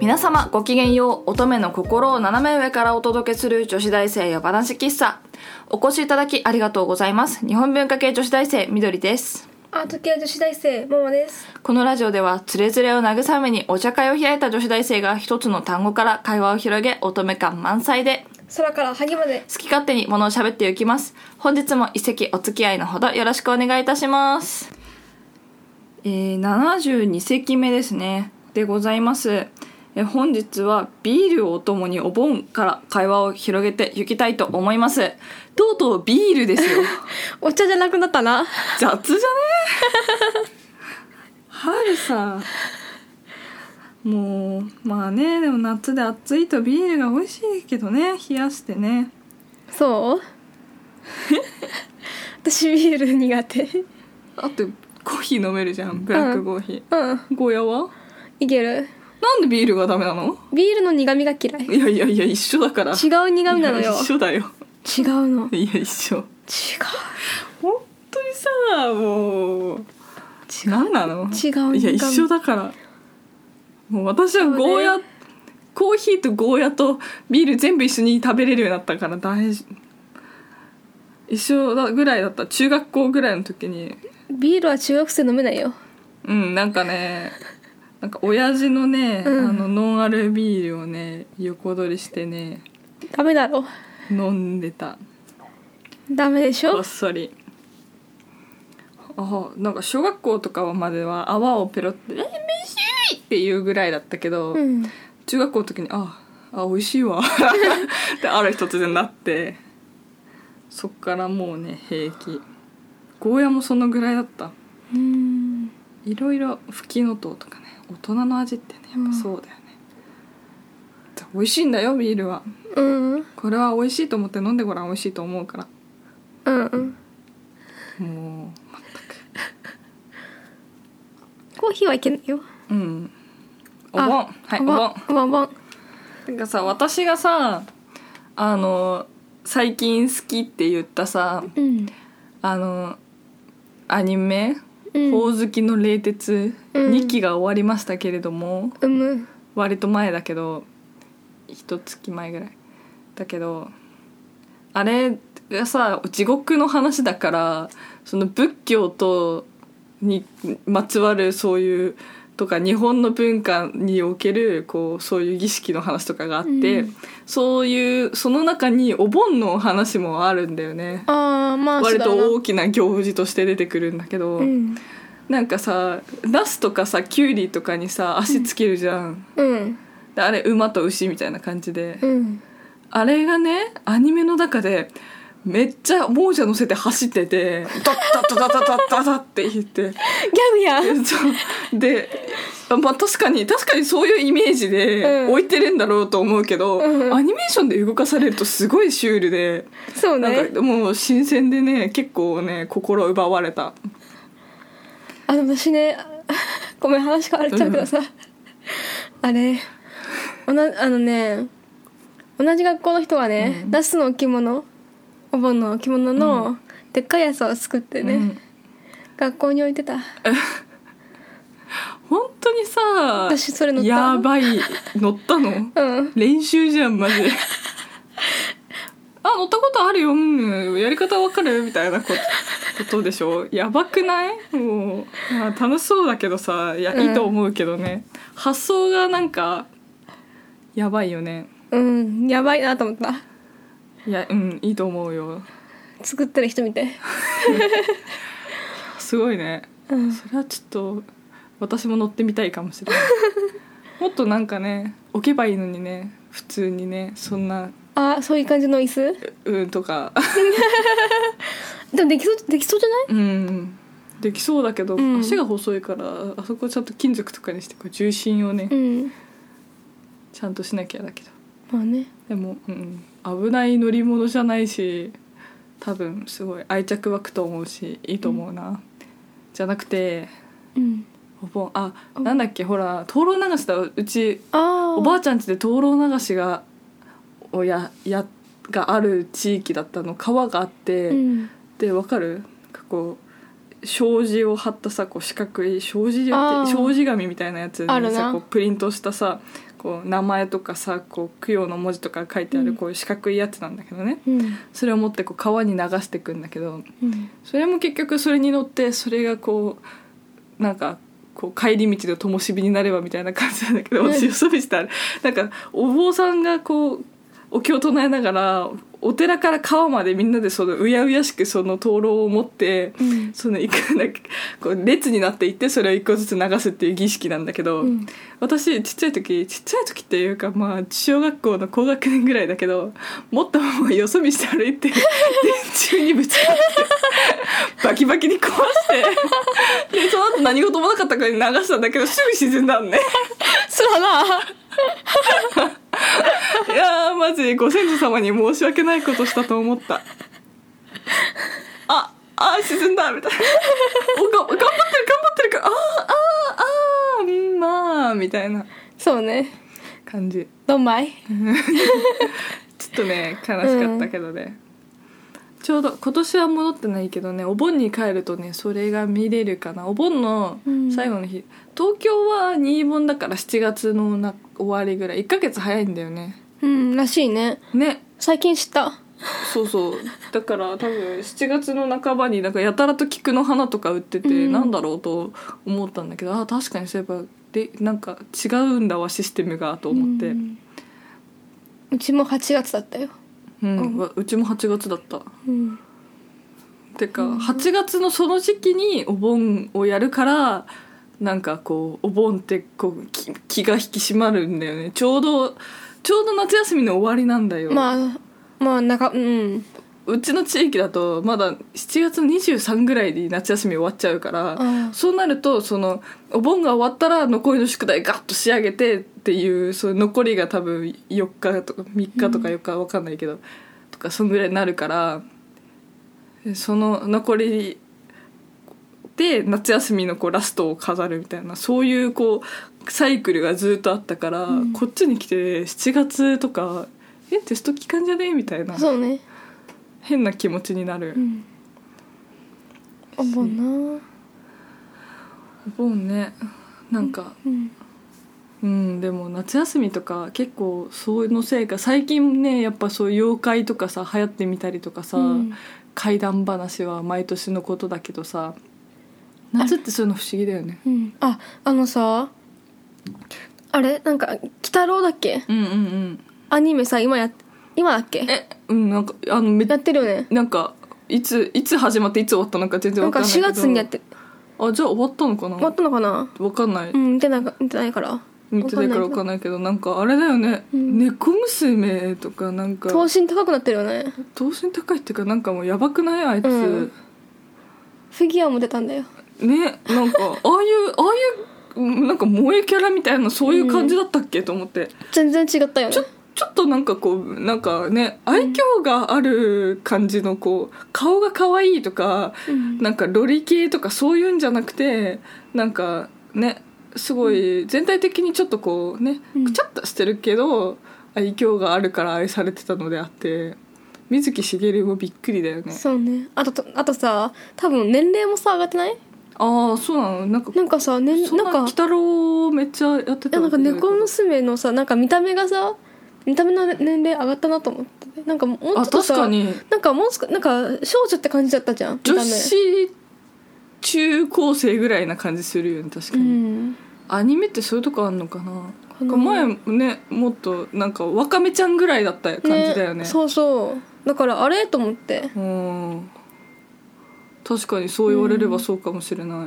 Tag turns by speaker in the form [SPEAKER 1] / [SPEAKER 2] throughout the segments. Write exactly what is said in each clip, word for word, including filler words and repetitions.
[SPEAKER 1] 皆様ごきげんよう。乙女の心を斜め上からお届けする女子大生夜話喫茶。お越しいただきありがとうございます。日本文化系女子大生みどりです。
[SPEAKER 2] あ、時計女子大生ももです。
[SPEAKER 1] このラジオではつれづれを慰めにお茶会を開いた女子大生が一つの単語から会話を広げ、乙女感満載で
[SPEAKER 2] 空から萩まで
[SPEAKER 1] 好き勝手に物を喋っていきます。本日も一席お付き合いのほどよろしくお願いいたします。えー、ななじゅうに席目ですねでございます。え本日はビールをお供にお盆から会話を広げていきたいと思います。とうとうビールですよ
[SPEAKER 2] お茶じゃなくなったな。
[SPEAKER 1] 雑じゃね春さもうまあね、でも夏で暑いとビールが美味しいけどね、冷やしてね。
[SPEAKER 2] そう私ビール苦手。
[SPEAKER 1] だってコーヒー飲めるじゃん、ブラックコーヒー。
[SPEAKER 2] うん、
[SPEAKER 1] ゴーヤは？
[SPEAKER 2] いける。
[SPEAKER 1] なんでビールがダメなの？
[SPEAKER 2] ビールの苦味が嫌い。
[SPEAKER 1] いやいやいや、一緒だから。
[SPEAKER 2] 違う苦味なのよ。
[SPEAKER 1] 一緒だよ。
[SPEAKER 2] 違うの。
[SPEAKER 1] いや一緒。違う。本当にさ、もう何なの？
[SPEAKER 2] 違う。
[SPEAKER 1] いや一緒だから。もう私はゴーヤ、ね、コーヒーとゴーヤとビール全部一緒に食べれるようになったから大丈夫。一緒だぐらいだった。中学校ぐらいの時に。
[SPEAKER 2] ビールは中学生飲めないよ。
[SPEAKER 1] うん、なんかね、なんか親父のね、うん、あのノンアルビールをね横取りしてね。
[SPEAKER 2] ダメだろ。
[SPEAKER 1] 飲んでた。
[SPEAKER 2] ダメでしょ。
[SPEAKER 1] こっそり。あ、なんか小学校とかまでは泡をペロって「えー、めしい!」っていうぐらいだったけど、うん、中学校の時に「ああ美味しいわ」ってある日突然なって、そっからもうね平気。ゴーヤもそのぐらいだった。
[SPEAKER 2] うーん、
[SPEAKER 1] いろいろフキノトウとかね、大人の味ってねやっぱそうだよね、うん、美味しいんだよビールは、
[SPEAKER 2] うん、
[SPEAKER 1] これは美味しいと思って飲んでごらん、美味しいと思うから。
[SPEAKER 2] うんうん、
[SPEAKER 1] もう
[SPEAKER 2] コーヒーはいけないよ。
[SPEAKER 1] うん。お盆、はい、お盆。
[SPEAKER 2] お盆、お盆。
[SPEAKER 1] なんかさ、私がさ、あの最近好きって言ったさ、
[SPEAKER 2] うん、
[SPEAKER 1] あのアニメ、
[SPEAKER 2] うん、
[SPEAKER 1] ほおずきの冷徹、うん、にきが終わりましたけれども、
[SPEAKER 2] うん、割
[SPEAKER 1] と前だけど、一月前ぐらいだけど、あれがさ地獄の話だから、その仏教とにまつわるそういうとか日本の文化におけるこうそういう儀式の話とかがあって、うん、そういうその中にお盆の話もあるんだよね。
[SPEAKER 2] あ、まあ、
[SPEAKER 1] 割と大きな行事として出てくるんだけど、うん、なんかさナスとかさキュウリとかにさ足つけるじゃん、
[SPEAKER 2] うん、
[SPEAKER 1] であれ馬と牛みたいな感じで、
[SPEAKER 2] うん、
[SPEAKER 1] あれがねアニメの中でめっちゃ亡者乗せて走っててダッダッダッダッダッダッダッって言ってギャ
[SPEAKER 2] グや
[SPEAKER 1] で、まあ、確かに確かにそういうイメージで置いてるんだろうと思うけど、うん、アニメーションで動かされるとすごいシュールで、
[SPEAKER 2] そうね、
[SPEAKER 1] なんかもう新鮮でね結構ね心奪われた。
[SPEAKER 2] あの私ねごめん話変わっちゃうけどさ、うん、あれおなあのね同じ学校の人がね、うん、ナスの置物、お盆の置物の、うん、でっかいやつを作ってね、うん、学校に置いてた。
[SPEAKER 1] 本当にさ、
[SPEAKER 2] 私それ乗った。
[SPEAKER 1] やばい、乗ったの、うん、練習じゃんマジであ、乗ったことあるよ、うん、やり方わかるみたいなことでしょ。やばくない？もう、まあ、楽しそうだけどさ、いや、うん、いいと思うけどね、発想がなんかやばいよね。
[SPEAKER 2] うん、やばいなと思った。
[SPEAKER 1] いや、うん、いいと思うよ。
[SPEAKER 2] 作ってる人見て
[SPEAKER 1] すごいね、うん、それはちょっと私も乗ってみたいかもしれないもっとなんかね置けばいいのにね、普通にね、そんな、
[SPEAKER 2] あ、そういう感じの椅子
[SPEAKER 1] うんとか
[SPEAKER 2] でもできそう、できそうじゃない？
[SPEAKER 1] うん、できそうだけど、うん、足が細いからあそこちゃんと金属とかにしてこう重心をね、うん、ちゃんとしなきゃだけど、
[SPEAKER 2] まあね、
[SPEAKER 1] でも、うん、危ない乗り物じゃないし多分すごい愛着湧くと思うしいいと思うな、うん、じゃなくて、
[SPEAKER 2] うん、
[SPEAKER 1] お盆、あ、なんだっけ、ほら灯籠流しだ、うちおばあちゃん家で灯籠流しがおややがある地域だったの。川があって、うん、で分かる、こう障子を貼ったさこう四角い障子
[SPEAKER 2] あー
[SPEAKER 1] 障子紙みたいなやつに
[SPEAKER 2] あるな
[SPEAKER 1] さこうプリントしたさこう名前とかさこう供養の文字とか書いてあ
[SPEAKER 2] うん
[SPEAKER 1] るこういう四角いやつなんだけどね、
[SPEAKER 2] うん
[SPEAKER 1] それを持ってこう川に流していくんだけど、
[SPEAKER 2] うん
[SPEAKER 1] それも結局それに乗ってそれがこうなんかこう帰り道の灯火になればみたいな感じなんだけど、
[SPEAKER 2] うん
[SPEAKER 1] 私よそ見したらなんかお坊さんがこうお経を唱えながらお寺から川までみんなでそのうやうやしくその灯籠を持って、
[SPEAKER 2] うん、
[SPEAKER 1] そのいくなんかこう列になっていってそれを一個ずつ流すっていう儀式なんだけど、
[SPEAKER 2] うん、
[SPEAKER 1] 私ちっちゃい時ちっちゃい時っていうかまあ小学校の高学年ぐらいだけどもっともうよそ見して歩いて電柱にぶつかってバキバキに壊してでその後何事もなかったから流したんだけどすぐ沈んだんね
[SPEAKER 2] そうだない
[SPEAKER 1] やーマジご先祖様に申し訳ないことしたと思った。ああ沈んだみたいなおが頑張ってる頑張ってるからあーあーあーうんまあみたいな
[SPEAKER 2] そうね
[SPEAKER 1] 感じ
[SPEAKER 2] どんまい
[SPEAKER 1] ちょっとね悲しかったけどね、うん、ちょうど今年は戻ってないけどねお盆に帰るとねそれが見れるかな。お盆の最後の日、うん、東京は新盆だからしちがつのな終わりぐらいいっかげつ早いんだよね。
[SPEAKER 2] うんらしいね。
[SPEAKER 1] ね
[SPEAKER 2] 最近知った。
[SPEAKER 1] そうそうだから多分しちがつの半ばになんかやたらと菊の花とか売ってて、うん、なんだろうと思ったんだけどあ確かにそういえばでなんか違うんだわシステムがと思って、うん、
[SPEAKER 2] うちもはちがつだったよ。
[SPEAKER 1] うん、うん、うちもはちがつだった、
[SPEAKER 2] うん、
[SPEAKER 1] てか、うん、はちがつのその時期にお盆をやるからなんかこうお盆ってこう 気, 気が引き締まるんだよね。ちょうどちょうど夏休みの終わりなんだよ。
[SPEAKER 2] まあまあなんかうん
[SPEAKER 1] うちの地域だとまだしちがつにじゅうさんぐらいで夏休み終わっちゃうから、うん、そうなるとそのお盆が終わったら残りの宿題ガッと仕上げてっていうその残りが多分よっかとかみっかとかよっか分かんないけど、うん、とかそんぐらいになるからその残りで夏休みのこうラストを飾るみたいなそういうこうサイクルがずっとあったから、うん、こっちに来てしちがつとかえテスト期間じゃねみたいな
[SPEAKER 2] そうね
[SPEAKER 1] 変な気持ちになる、うん、
[SPEAKER 2] お盆な
[SPEAKER 1] お盆ねなんか、うんうん、でも夏休みとか結構そういうのせいか最近ねやっぱそういう妖怪とかさ流行ってみたりとかさ、うん、怪談話は毎年のことだけどさ夏ってそういうの不思議だよね。
[SPEAKER 2] あ、うん、あ、あのさあれなんか鬼太郎だっけ、
[SPEAKER 1] うんうんうん、
[SPEAKER 2] アニメさ今や今だっけ
[SPEAKER 1] えうんなんかあのめ
[SPEAKER 2] やってるよね。
[SPEAKER 1] なんかいついつ始まっていつ終わったのか全然分かんないけど
[SPEAKER 2] なんかしがつにやって
[SPEAKER 1] あじゃあ終わったのかな
[SPEAKER 2] 終わったのかな
[SPEAKER 1] 分かんない、
[SPEAKER 2] うん見てない見てないから
[SPEAKER 1] 見てないから分かんないけどなんかあれだよね、うん、猫娘とかなんか
[SPEAKER 2] 頭身高くなってるよね。
[SPEAKER 1] 頭身高いっていうかなんかもうやばくないあいつ、うん、
[SPEAKER 2] フィギュアも出たんだよ
[SPEAKER 1] ねなんかああいうああいうなんか萌えキャラみたいなそういう感じだったっけ、うん、と思って
[SPEAKER 2] 全然違ったよね。
[SPEAKER 1] ちょちょっとなんかこうなんかね愛嬌がある感じのこう顔が可愛いとか、うん、なんかロリ系とかそういうんじゃなくてなんかねすごい全体的にちょっとこうねくちゃっとしてるけど愛嬌があるから愛されてたのであって水木しげるもびっくりだよね。
[SPEAKER 2] そうね。あとあとさ多分年齢もさ上がってない？
[SPEAKER 1] ああそうなの。なんか
[SPEAKER 2] なんかさ、ね、
[SPEAKER 1] そんな鬼太郎めっちゃやってた。
[SPEAKER 2] なんか猫娘のさなんか見た目がさ見た目の年齢上がったなと思ってなんかもうちょっとさ
[SPEAKER 1] あ確かに
[SPEAKER 2] なんかもう少なんか少女って感じだったじゃん。
[SPEAKER 1] 女子中高生ぐらいな感じするよね確かに、うん、アニメってそういうとこあんのかな。前ねもっとなんかワカメちゃんぐらいだった感じだよね、
[SPEAKER 2] ねそうそうだからあれと思って
[SPEAKER 1] うん確かにそう言われればそうかもしれない、うん、へ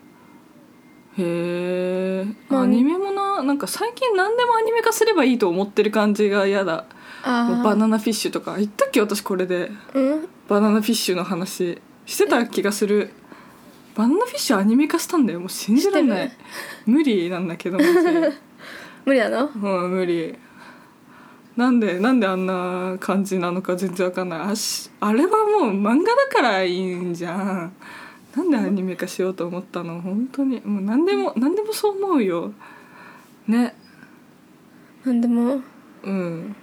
[SPEAKER 1] え、まあ、アニメもななんか最近何でもアニメ化すればいいと思ってる感じが嫌だ。もうバナナフィッシュとか言ったっけ私これで、うん、バナナフィッシュの話してた気がする。バナナフィッシュアニメ化したんだよ。もう信じられない無理なんだけど
[SPEAKER 2] 無理なの？
[SPEAKER 1] うん無理。なんでなんであんな感じなのか全然わかんない。あしあれはもう漫画だからいいんじゃん。なんでアニメ化しようと思ったの本当にもう何でも何でもそう思うよね。
[SPEAKER 2] 何でも
[SPEAKER 1] うん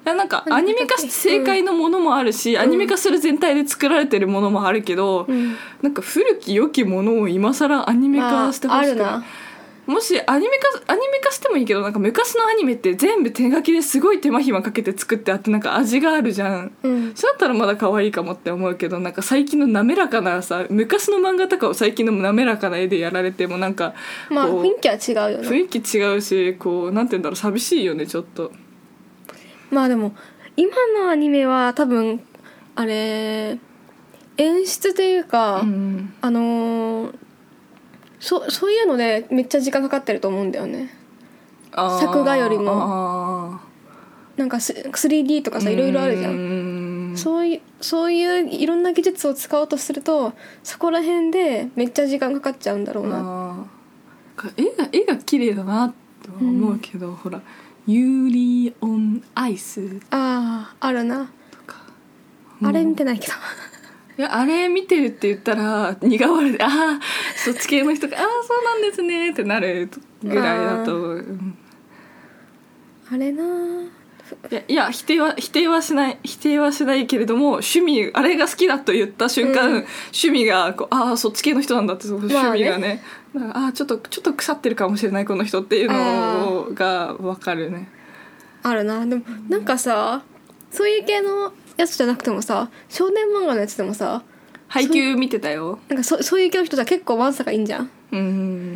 [SPEAKER 1] いやなんかアニメ化して正解のものもあるし、うん、アニメ化する全体で作られてるものもあるけど、うん、なんか古き良きものを今更アニメ化してほしくない、まあ、あるな。もしアニメ化アニメ化してもいいけど、なんか昔のアニメって全部手書きですごい手間暇かけて作ってあって、なんか味があるじゃん、うん、そうだったらまだ可愛いかもって思うけど、なんか最近の滑らかなさ、昔の漫画とかを最近の滑らかな絵でやられてもなんか
[SPEAKER 2] まあ雰囲気は違うよね。
[SPEAKER 1] 雰囲気違うし、こうなんて言うんだろう、寂しいよねちょっと。
[SPEAKER 2] まあでも今のアニメは多分あれ演出っていうか、うん、あのーそ, そういうのでめっちゃ時間かかってると思うんだよね。作画よりもなんか スリーディー とかさ、いろいろあるじゃん。そういうそういういろんな技術を使おうとすると、そこら辺でめっちゃ時間かかっちゃうんだろうな。
[SPEAKER 1] 絵が絵が綺麗だなとは思うけど、うん、ほらユーリオンアイス
[SPEAKER 2] あああるなとか、あれ見てないけど
[SPEAKER 1] いやあれ見てるって言ったら苦笑いで、ああそっち系の人がああそうなんですねってなるぐらいだと、うん、
[SPEAKER 2] あれない
[SPEAKER 1] やいや否定は否定はしない否定はしないけれども、趣味あれが好きだと言った瞬間、うん、趣味がこうああそっち系の人なんだって、趣味がね、まあ、ねああちょっとちょっと腐ってるかもしれないこの人っていうのが分かるね。
[SPEAKER 2] あるな。でもなんかさ、そういう系のやつじゃなくてもさ、少年漫画のやつでもさ、
[SPEAKER 1] 配給見てたよ。
[SPEAKER 2] なんか そ, そういう系の人じゃ結構ワンサがいいんじゃん。うん、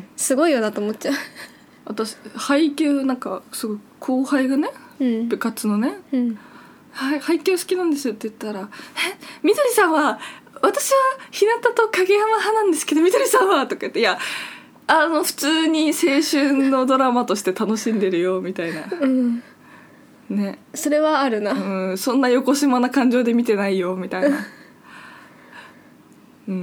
[SPEAKER 2] すごいよなと思っちゃう。
[SPEAKER 1] 私配給なんかすごい後輩がね、うん、部活のね、うん、はい、配給好きなんですって言ったら、えみどりさんは私は日向と影山派なんですけどみどりさんはとか言って、いやあの普通に青春のドラマとして楽しんでるよみたいな、うんね、
[SPEAKER 2] それはあるな、
[SPEAKER 1] うん、そんなよこしまな感情で見てないよみたいなうん、うん、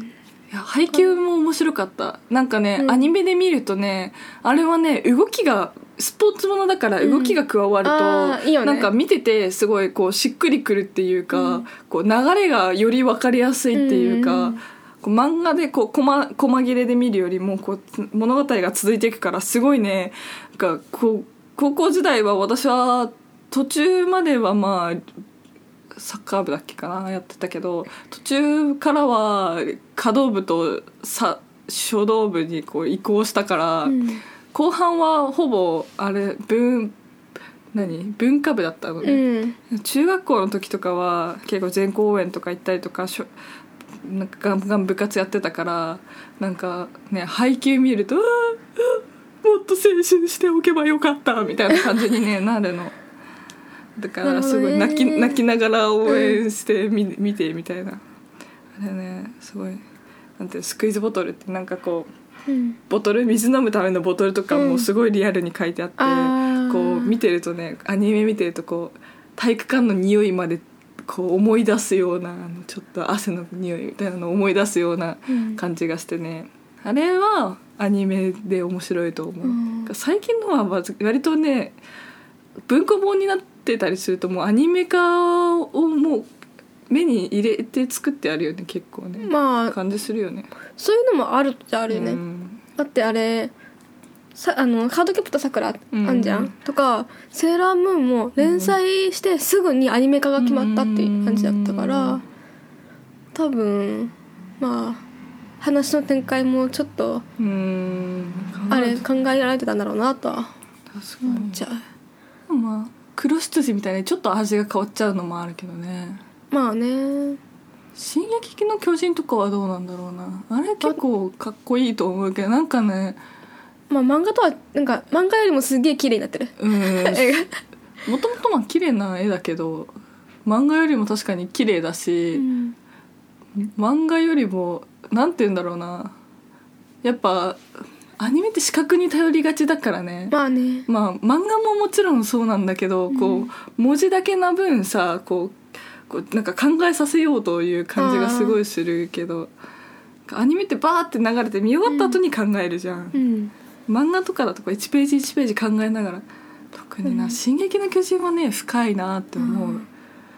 [SPEAKER 1] いや配給も面白かった。なんかね、うん、アニメで見るとね、あれはね動きがスポーツものだから動きが加わると、うんいいよね、なんか見ててすごいこうしっくりくるっていうか、うん、こう流れがより分かりやすいっていうか、うん、こう漫画でこう 細, 細切れで見るよりもこう物語が続いていくからすごいね、なんかこう高校時代は私は途中まではまあサッカー部だっけかなやってたけど、途中からは華道部とさ書道部にこう移行したから、うん、後半はほぼあれ文何文化部だったので、うん、中学校の時とかは結構全校応援とか行ったりとかしょなんかガンガン部活やってたから、なんかね配給見るとあもっと青春しておけばよかったみたいな感じに、ね、なるの。だからすごい泣き、泣きながら応援してみ、うん、見てみたいな。あれねすごいなんていうスクイズボトルってなんかこう、うん、ボトル水飲むためのボトルとかもすごいリアルに書いてあって、うん、こう見てるとねアニメ見てるとこう体育館の匂いまでこう思い出すようなちょっと汗の匂いみたいなのを思い出すような感じがしてね、うん、あれはアニメで面白いと思う、うん、最近のは割とね文庫本になってたりするともうアニメ化をもう目に入れて作ってあるよね結構ね、まあ、感じするよね。
[SPEAKER 2] そういうのもあるっちゃあるよね、うん、だってあれさあのハードキャプターさくらあんじゃん、うん、とかセーラームーンも連載してすぐにアニメ化が決まったっていう感じだったから、うん、多分まあ話の展開もちょっとうんあれ考えられてたんだろうなとは思っちゃ
[SPEAKER 1] う。まあ黒羊みたいにちょっと味が変わっちゃうのもあるけどね。
[SPEAKER 2] まあね
[SPEAKER 1] 進撃の巨人とかはどうなんだろうな。あれ結構かっこいいと思うけどなんかね
[SPEAKER 2] まあ漫画とはなんか漫画よりもすげえ綺麗になってるうん
[SPEAKER 1] もともとまあ綺麗な絵だけど漫画よりも確かに綺麗だし、うん、漫画よりもなんて言うんだろうな、やっぱアニメって視覚に頼りがちだからね。
[SPEAKER 2] まあね。
[SPEAKER 1] まあ漫画ももちろんそうなんだけど、うん、こう文字だけな分さ、こう、こうなんか考えさせようという感じがすごいするけど、アニメってバーって流れて見終わった後に考えるじゃん。うん、漫画とかだといちページいちページ考えながら、特にな、うん、進撃の巨人はね深いなって思う。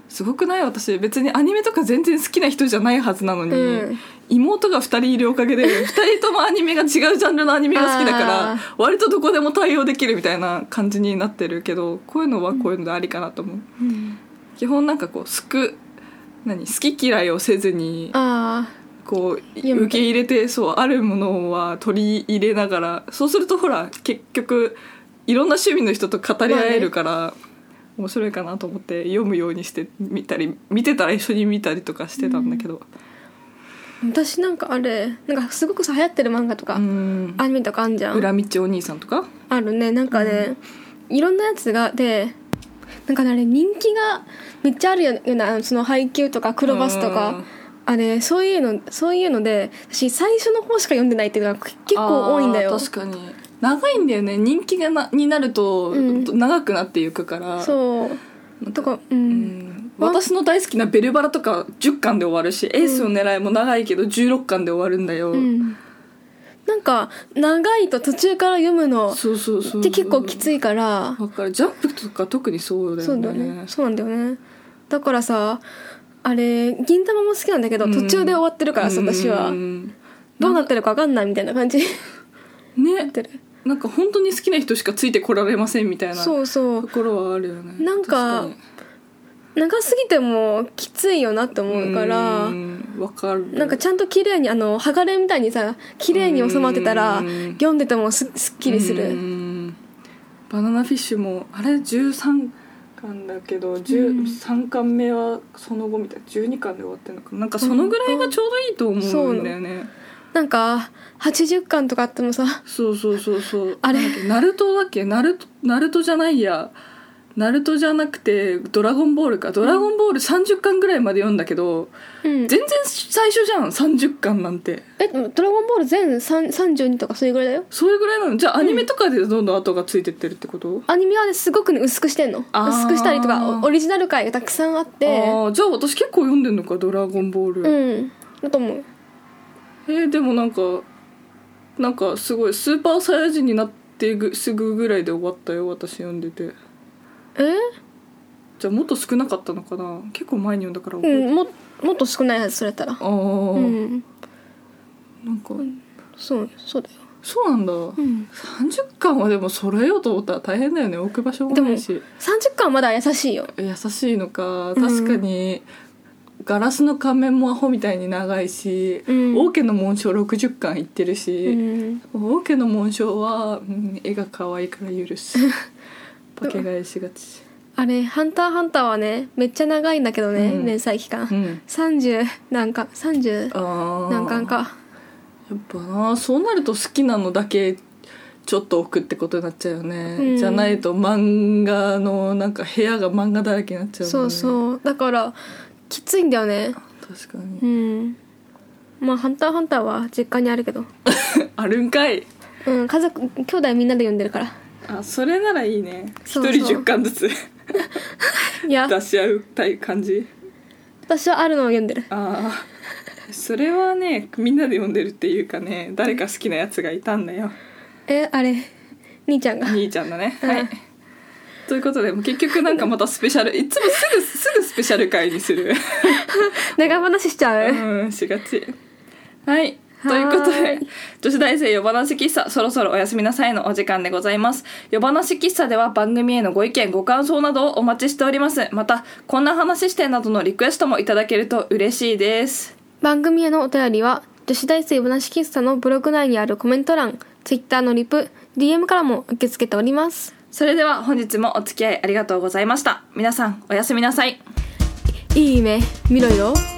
[SPEAKER 1] すごくない？私別にアニメとか全然好きな人じゃないはずなのに、
[SPEAKER 2] うん、
[SPEAKER 1] 妹がふたりいるおかげでふたりともアニメが違うジャンルのアニメが好きだから割とどこでも対応できるみたいな感じになってるけど、こういうのはこういうのでありかなと思う、うん、基本なんかこうすく何好き嫌いをせずに
[SPEAKER 2] あ
[SPEAKER 1] こう受け入れて、そうあるものは取り入れながら、そうするとほら結局いろんな趣味の人と語り合えるから、まあね、面白いかなと思って読むようにして見たり、見てたら一緒に見たりとかしてたんだけど、
[SPEAKER 2] うん、私なんかあれなんかすごくさ流行ってる漫画とか、うん、アニメとかあんじゃん。
[SPEAKER 1] 裏道お兄さんとか
[SPEAKER 2] あるね。なんかね、うん、いろんなやつがでなんか、ね、あれ人気がめっちゃあるような、その配給とかクロバスとか、うん、あれそういうのそういうので私最初の方しか読んでないっていうのが結構多いんだよ。
[SPEAKER 1] 確かに長いんだよね。人気がなになると、うん、長くなっていくから。
[SPEAKER 2] そうとか、うん
[SPEAKER 1] うん、私の大好きなベルバラとかじゅっかんで終わるし、エースの狙いも長いけどじゅうろっかんで終わるんだよ、うん、
[SPEAKER 2] なんか長いと途中から読むのって結構きついから。
[SPEAKER 1] わかる。ジャンプとか特にそうだよね。
[SPEAKER 2] そうだよね。そうなんだよね。だからさあれ銀魂も好きなんだけど、うん、途中で終わってるからさ、私はどうなってるか分かんないみたいな感じ
[SPEAKER 1] ね。なんか本当に好きな人しかついてこられませんみたいな
[SPEAKER 2] そうそう
[SPEAKER 1] ところはあるよね。
[SPEAKER 2] なんか長すぎてもきついよなって思うから、
[SPEAKER 1] うん、わかる。
[SPEAKER 2] なんかちゃんと綺麗にあの剥がれみたいにさ綺麗に収まってたら読んでても す, すっきりする。うん、
[SPEAKER 1] バナナフィッシュもあれじゅうさんかんだけどじゅうさんかんめはその後みたいなじゅうにかんで終わってるのかな。なんかそのぐらいがちょうどいいと思うんだよね、うん、
[SPEAKER 2] なんかはちじゅっかんとかあってもさ、
[SPEAKER 1] そうそうそうそう、
[SPEAKER 2] あれ
[SPEAKER 1] ナルトだっけ、ナルトナルトじゃないやナルトじゃなくてドラゴンボールか、ドラゴンボールさんじゅっかんぐらいまで読んだけど、うん、全然最初じゃんさんじゅっかんなんて。
[SPEAKER 2] えドラゴンボール全さんじゅうにとかそういうぐらいだよ。
[SPEAKER 1] それぐらいなの。じゃあアニメとかでどんどん後がついてってるってこと、うん、
[SPEAKER 2] アニメはねすごく、ね、薄くしてんの。薄くしたりとかオリジナル回がたくさんあって。
[SPEAKER 1] あじゃあ私結構読んでんのかドラゴンボール。
[SPEAKER 2] うんだと思う。
[SPEAKER 1] えー、でもなんかなんかすごいスーパーサイヤ人になってすぐぐらいで終わったよ私読んでて。
[SPEAKER 2] え
[SPEAKER 1] じゃあもっと少なかったのかな。結構前に読んだから
[SPEAKER 2] 覚えて、うん、も, もっと少ないはずそれたら。ああ、うん、
[SPEAKER 1] なんか、うん、
[SPEAKER 2] そうそうだよ。
[SPEAKER 1] そうなんだ、うん、さんじゅっかんはでも揃えようと思ったら大変だよね。置く場所もないし。でも
[SPEAKER 2] さんじゅっかんはまだ優しいよ。
[SPEAKER 1] 優しいのか。確かに、うん、ガラスの仮面もアホみたいに長いし、うん、王家の紋章ろくじゅっかんいってるし、うん、王家の紋章は、うん、絵が可愛いから許すパケ買いしがち。
[SPEAKER 2] あれハンターハンターはねめっちゃ長いんだけどね、うん、連載期間、うん、さんじゅう何巻さんじゅう何巻か。
[SPEAKER 1] やっぱなそうなると好きなのだけちょっと置くってことになっちゃうよね、うん、じゃないと漫画のなんか部屋が漫画だらけになっちゃうもんね。
[SPEAKER 2] そうそうだからきついんだよね。
[SPEAKER 1] 確かに。
[SPEAKER 2] うんまあハンターハンターは実家にあるけど
[SPEAKER 1] あるんかい。
[SPEAKER 2] うん家族兄弟みんなで読んでるから。あ
[SPEAKER 1] それならいいね。一人じゅっかんずついや出し合うたい感じ。
[SPEAKER 2] 私はあるのを読んでる。
[SPEAKER 1] ああそれはねみんなで読んでるっていうかね誰か好きなやつがいたんだよ。
[SPEAKER 2] えあれ兄ちゃんが。
[SPEAKER 1] 兄ちゃんだね、うん、はいということで結局なんかまたスペシャルいつもすぐすぐスペシャル回にする
[SPEAKER 2] 長話しちゃう。
[SPEAKER 1] うんしがち。はいということで女子大生夜話喫茶そろそろおやすみなさいのお時間でございます。夜話喫茶では番組へのご意見ご感想などをお待ちしております。またこんな話してなどのリクエストもいただけると嬉しいです。
[SPEAKER 2] 番組へのお便りは女子大生夜話喫茶のブログ内にあるコメント欄 Twitter のリプ ディーエム からも受け付けております。
[SPEAKER 1] それでは本日もお付き合いありがとうございました。皆さんおやすみなさい。
[SPEAKER 2] いい夢見ろよ。